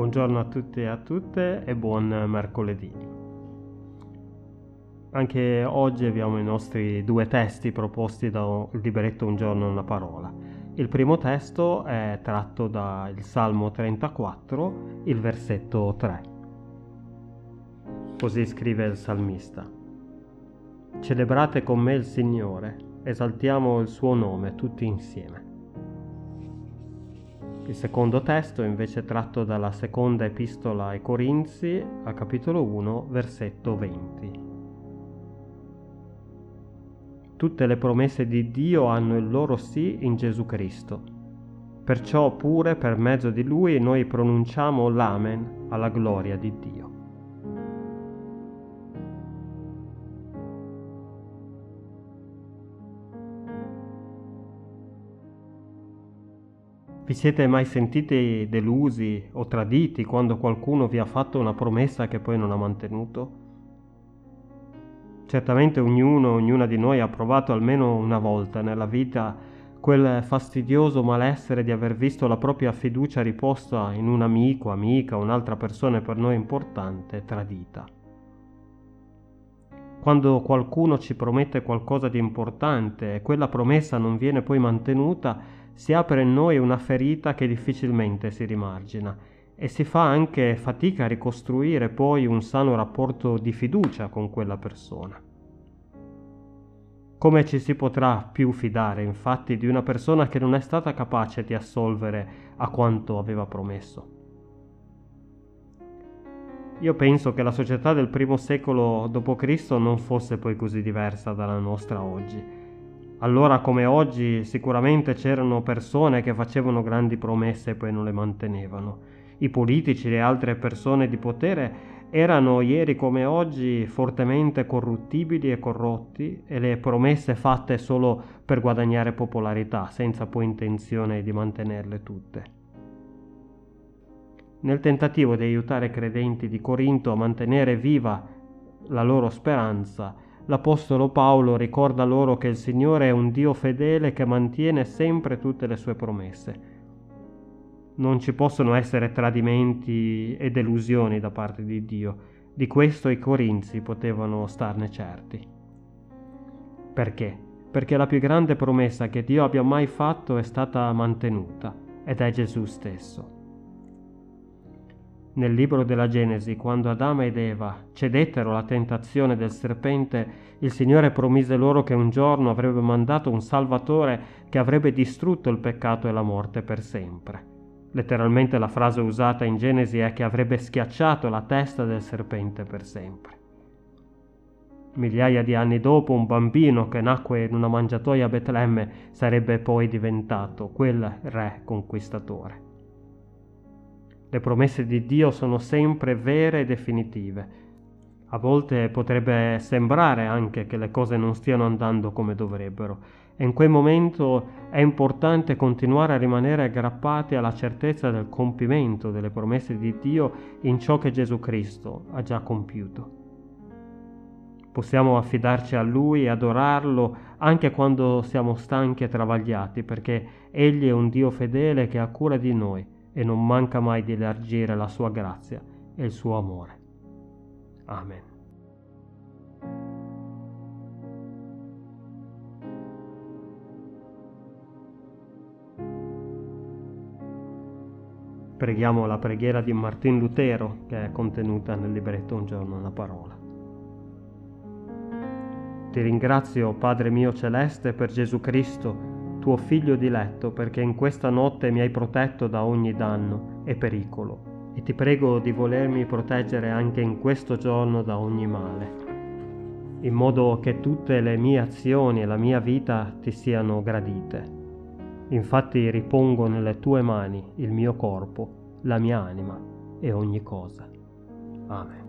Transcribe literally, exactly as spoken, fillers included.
Buongiorno a tutti e a tutte e buon mercoledì. Anche oggi abbiamo i nostri due testi proposti dal libretto Un giorno una parola. Il primo testo è tratto dal Salmo trentaquattro, il versetto tre. Così scrive il salmista: Celebrate con me il Signore, esaltiamo il suo nome tutti insieme. Il secondo testo è invece tratto dalla seconda epistola ai Corinzi, al capitolo uno, versetto venti. Tutte le promesse di Dio hanno il loro sì in Gesù Cristo. Perciò pure per mezzo di Lui noi pronunciamo l'Amen alla gloria di Dio. Vi siete mai sentiti delusi o traditi quando qualcuno vi ha fatto una promessa che poi non ha mantenuto? Certamente ognuno, ognuna di noi ha provato almeno una volta nella vita quel fastidioso malessere di aver visto la propria fiducia riposta in un amico, amica, un'altra persona per noi importante, tradita. Quando qualcuno ci promette qualcosa di importante e quella promessa non viene poi mantenuta, si apre in noi una ferita che difficilmente si rimargina e si fa anche fatica a ricostruire poi un sano rapporto di fiducia con quella persona. Come ci si potrà più fidare, infatti, di una persona che non è stata capace di assolvere a quanto aveva promesso? Io penso che la società del primo secolo dopo Cristo non fosse poi così diversa dalla nostra oggi. Allora, come oggi, sicuramente c'erano persone che facevano grandi promesse e poi non le mantenevano. I politici e le altre persone di potere erano ieri come oggi fortemente corruttibili e corrotti, e le promesse fatte solo per guadagnare popolarità, senza poi intenzione di mantenerle tutte. Nel tentativo di aiutare i credenti di Corinto a mantenere viva la loro speranza, l'Apostolo Paolo ricorda loro che il Signore è un Dio fedele che mantiene sempre tutte le sue promesse. Non ci possono essere tradimenti e delusioni da parte di Dio. Di questo i Corinzi potevano starne certi. Perché? Perché la più grande promessa che Dio abbia mai fatto è stata mantenuta, ed è Gesù stesso. Nel libro della Genesi, quando Adamo ed Eva cedettero alla tentazione del serpente, il Signore promise loro che un giorno avrebbe mandato un Salvatore che avrebbe distrutto il peccato e la morte per sempre. Letteralmente la frase usata in Genesi è che avrebbe schiacciato la testa del serpente per sempre. Migliaia di anni dopo, un bambino che nacque in una mangiatoia a Betlemme sarebbe poi diventato quel re conquistatore. Le promesse di Dio sono sempre vere e definitive. A volte potrebbe sembrare anche che le cose non stiano andando come dovrebbero, e in quel momento è importante continuare a rimanere aggrappati alla certezza del compimento delle promesse di Dio in ciò che Gesù Cristo ha già compiuto. Possiamo affidarci a Lui e adorarlo anche quando siamo stanchi e travagliati, perché Egli è un Dio fedele che ha cura di noi e non manca mai di elargire la sua grazia e il suo amore. Amen. Preghiamo la preghiera di Martin Lutero, che è contenuta nel libretto Un giorno una parola. Ti ringrazio, Padre mio celeste, per Gesù Cristo, tuo Figlio diletto, perché in questa notte mi hai protetto da ogni danno e pericolo, e ti prego di volermi proteggere anche in questo giorno da ogni male, in modo che tutte le mie azioni e la mia vita ti siano gradite. Infatti ripongo nelle tue mani il mio corpo, la mia anima e ogni cosa. Amen.